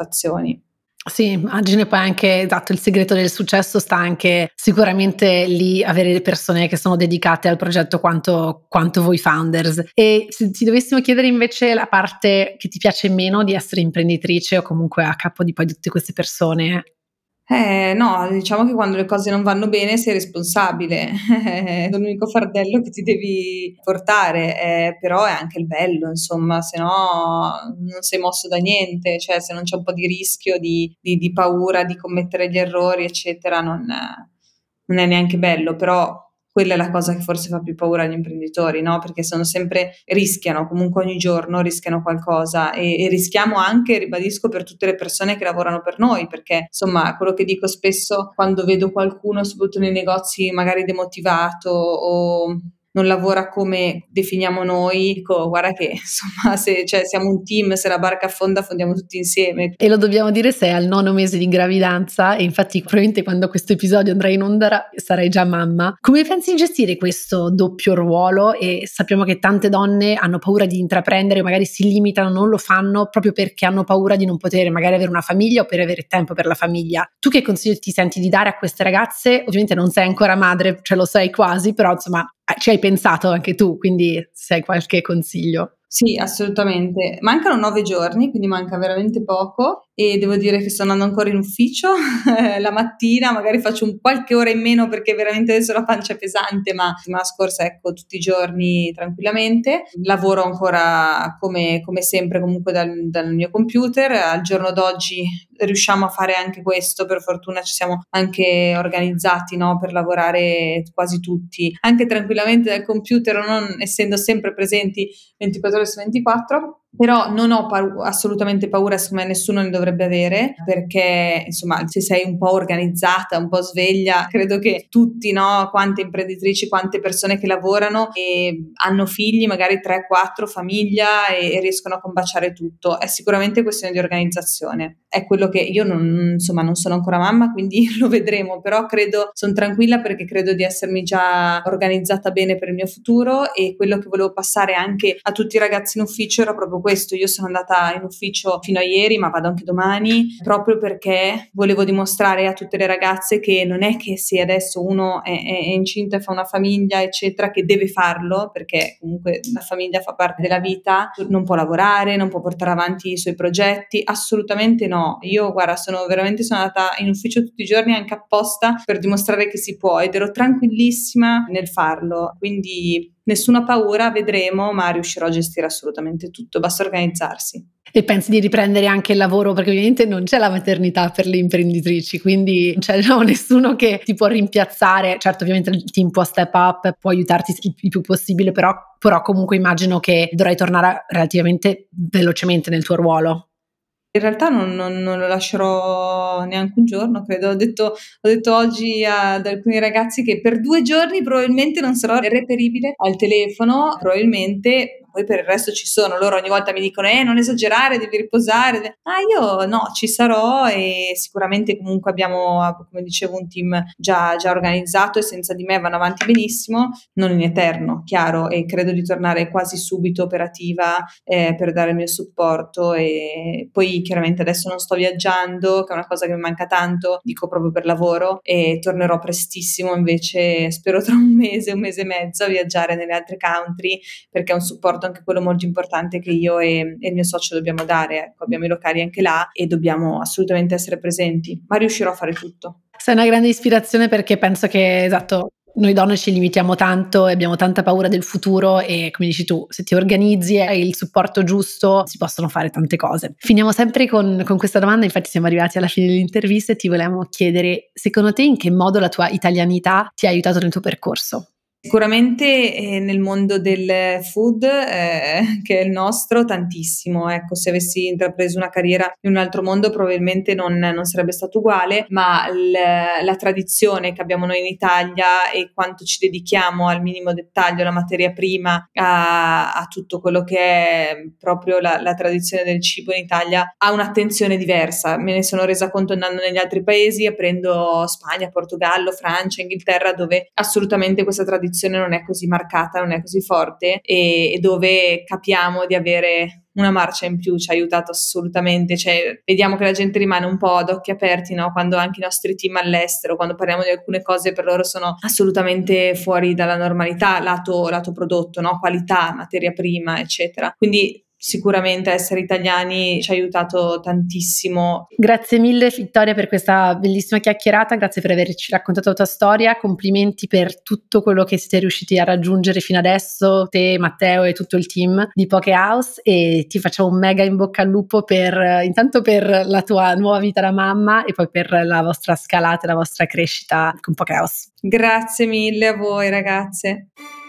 Sì, immagino. Poi anche, esatto, il segreto del successo sta anche sicuramente lì, avere le persone che sono dedicate al progetto quanto voi founders. E se ti dovessimo chiedere invece la parte che ti piace meno di essere imprenditrice o comunque a capo di poi tutte queste persone? No, diciamo che quando le cose non vanno bene sei responsabile, è l'unico fardello che ti devi portare, però è anche il bello, insomma, se no non sei mosso da niente, cioè se non c'è un po' di rischio, di paura di commettere gli errori, eccetera, non è neanche bello, però quella è la cosa che forse fa più paura agli imprenditori, no? Perché rischiano comunque ogni giorno, rischiano qualcosa e rischiamo anche, ribadisco, per tutte le persone che lavorano per noi, perché insomma quello che dico spesso quando vedo qualcuno, soprattutto nei negozi, magari demotivato o non lavora come definiamo noi, dico guarda che insomma cioè, siamo un team, se la barca affonda affondiamo tutti insieme. E lo dobbiamo dire, sei al 9° mese di gravidanza e infatti probabilmente quando questo episodio andrà in onda sarai già mamma. Come pensi di gestire questo doppio ruolo? E sappiamo che tante donne hanno paura di intraprendere, magari si limitano, non lo fanno proprio perché hanno paura di non poter magari avere una famiglia o per avere tempo per la famiglia. Tu che consiglio ti senti di dare a queste ragazze? Ovviamente non sei ancora madre, ce lo sei quasi, però insomma ci hai pensato anche tu, quindi se hai qualche consiglio. Sì, assolutamente. Mancano 9 giorni, quindi manca veramente poco e devo dire che sto andando ancora in ufficio la mattina, magari faccio qualche ora in meno perché veramente adesso la pancia è pesante, ma la settimana scorsa ecco tutti i giorni tranquillamente. Lavoro ancora come sempre comunque dal mio computer. Al giorno d'oggi riusciamo a fare anche questo, per fortuna ci siamo anche organizzati, no, per lavorare quasi tutti, anche tranquillamente dal computer, non essendo sempre presenti 24 ore su 24. Però non ho assolutamente paura, secondo me nessuno ne dovrebbe avere, perché insomma se sei un po' organizzata, un po' sveglia, credo che tutti, no, quante imprenditrici, quante persone che lavorano e hanno figli, magari 3-4, famiglia e riescono a combaciare tutto, è sicuramente questione di organizzazione. È quello che io non sono ancora mamma, quindi lo vedremo, però sono tranquilla perché credo di essermi già organizzata bene per il mio futuro, e quello che volevo passare anche a tutti i ragazzi in ufficio era proprio questo. Io sono andata in ufficio fino a ieri, ma vado anche domani, proprio perché volevo dimostrare a tutte le ragazze che non è che se adesso uno è incinta e fa una famiglia eccetera che deve farlo, perché comunque la famiglia fa parte della vita, non può lavorare, non può portare avanti i suoi progetti, assolutamente no. Io guarda, sono andata in ufficio tutti i giorni anche apposta per dimostrare che si può, ed ero tranquillissima nel farlo, quindi nessuna paura, vedremo, ma riuscirò a gestire assolutamente tutto, basta organizzarsi. E pensi di riprendere anche il lavoro? Perché ovviamente non c'è la maternità per le imprenditrici, quindi non c'è nessuno che ti può rimpiazzare. Certo, ovviamente il team può step up, può aiutarti il più possibile, però comunque immagino che dovrai tornare relativamente velocemente nel tuo ruolo. In realtà non lo lascerò neanche un giorno, credo. Ho detto oggi ad alcuni ragazzi che per 2 giorni probabilmente non sarò reperibile al telefono, probabilmente. Poi per il resto ci sono, loro ogni volta mi dicono non esagerare, devi riposare. Io no, ci sarò, e sicuramente comunque abbiamo, come dicevo, un team già organizzato, e senza di me vanno avanti benissimo, non in eterno, chiaro, e credo di tornare quasi subito operativa per dare il mio supporto. E poi chiaramente adesso non sto viaggiando, che è una cosa che mi manca tanto, dico proprio per lavoro, e tornerò prestissimo invece, spero tra un mese e mezzo, a viaggiare nelle altre country, perché è un supporto anche quello molto importante che io e il mio socio dobbiamo dare. Ecco, abbiamo i locali anche là e dobbiamo assolutamente essere presenti, ma riuscirò a fare tutto. Sei una grande ispirazione, perché penso che, esatto, noi donne ci limitiamo tanto e abbiamo tanta paura del futuro, e come dici tu, se ti organizzi e hai il supporto giusto si possono fare tante cose. Finiamo sempre con questa domanda, infatti siamo arrivati alla fine dell'intervista e ti volevamo chiedere, secondo te in che modo la tua italianità ti ha aiutato nel tuo percorso? Sicuramente nel mondo del food, che è il nostro, tantissimo. Ecco, se avessi intrapreso una carriera in un altro mondo probabilmente non sarebbe stato uguale, ma la tradizione che abbiamo noi in Italia e quanto ci dedichiamo al minimo dettaglio, alla materia prima, a tutto quello che è proprio la tradizione del cibo in Italia, ha un'attenzione diversa. Me ne sono resa conto andando negli altri paesi, aprendo Spagna, Portogallo, Francia, Inghilterra, dove assolutamente questa tradizione non è così marcata, non è così forte, e dove capiamo di avere una marcia in più. Ci ha aiutato assolutamente, cioè vediamo che la gente rimane un po' ad occhi aperti, no? Quando anche i nostri team all'estero, quando parliamo di alcune cose, per loro sono assolutamente fuori dalla normalità, lato prodotto, no? Qualità, materia prima, eccetera. Quindi sicuramente essere italiani ci ha aiutato tantissimo. Grazie mille Vittoria per questa bellissima chiacchierata, grazie per averci raccontato la tua storia, complimenti per tutto quello che siete riusciti a raggiungere fino adesso, te, Matteo e tutto il team di Poke House, e ti facciamo un mega in bocca al lupo intanto per la tua nuova vita da mamma e poi per la vostra scalata e la vostra crescita con Poke House. Grazie mille a voi ragazze.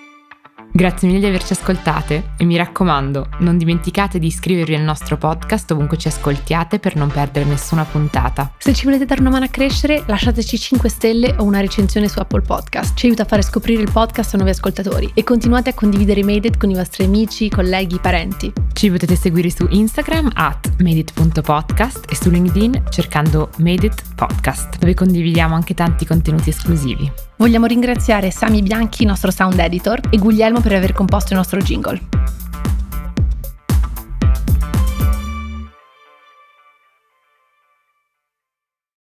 Grazie mille di averci ascoltate e mi raccomando, non dimenticate di iscrivervi al nostro podcast ovunque ci ascoltiate per non perdere nessuna puntata. Se ci volete dare una mano a crescere, lasciateci 5 stelle o una recensione su Apple Podcast. Ci aiuta a fare scoprire il podcast a nuovi ascoltatori, e continuate a condividere Made It con i vostri amici, colleghi, parenti. Ci potete seguire su Instagram @madeit.podcast e su LinkedIn cercando Made It Podcast, dove condividiamo anche tanti contenuti esclusivi. Vogliamo ringraziare Sami Bianchi, nostro sound editor, e Guglielmo per aver composto il nostro jingle.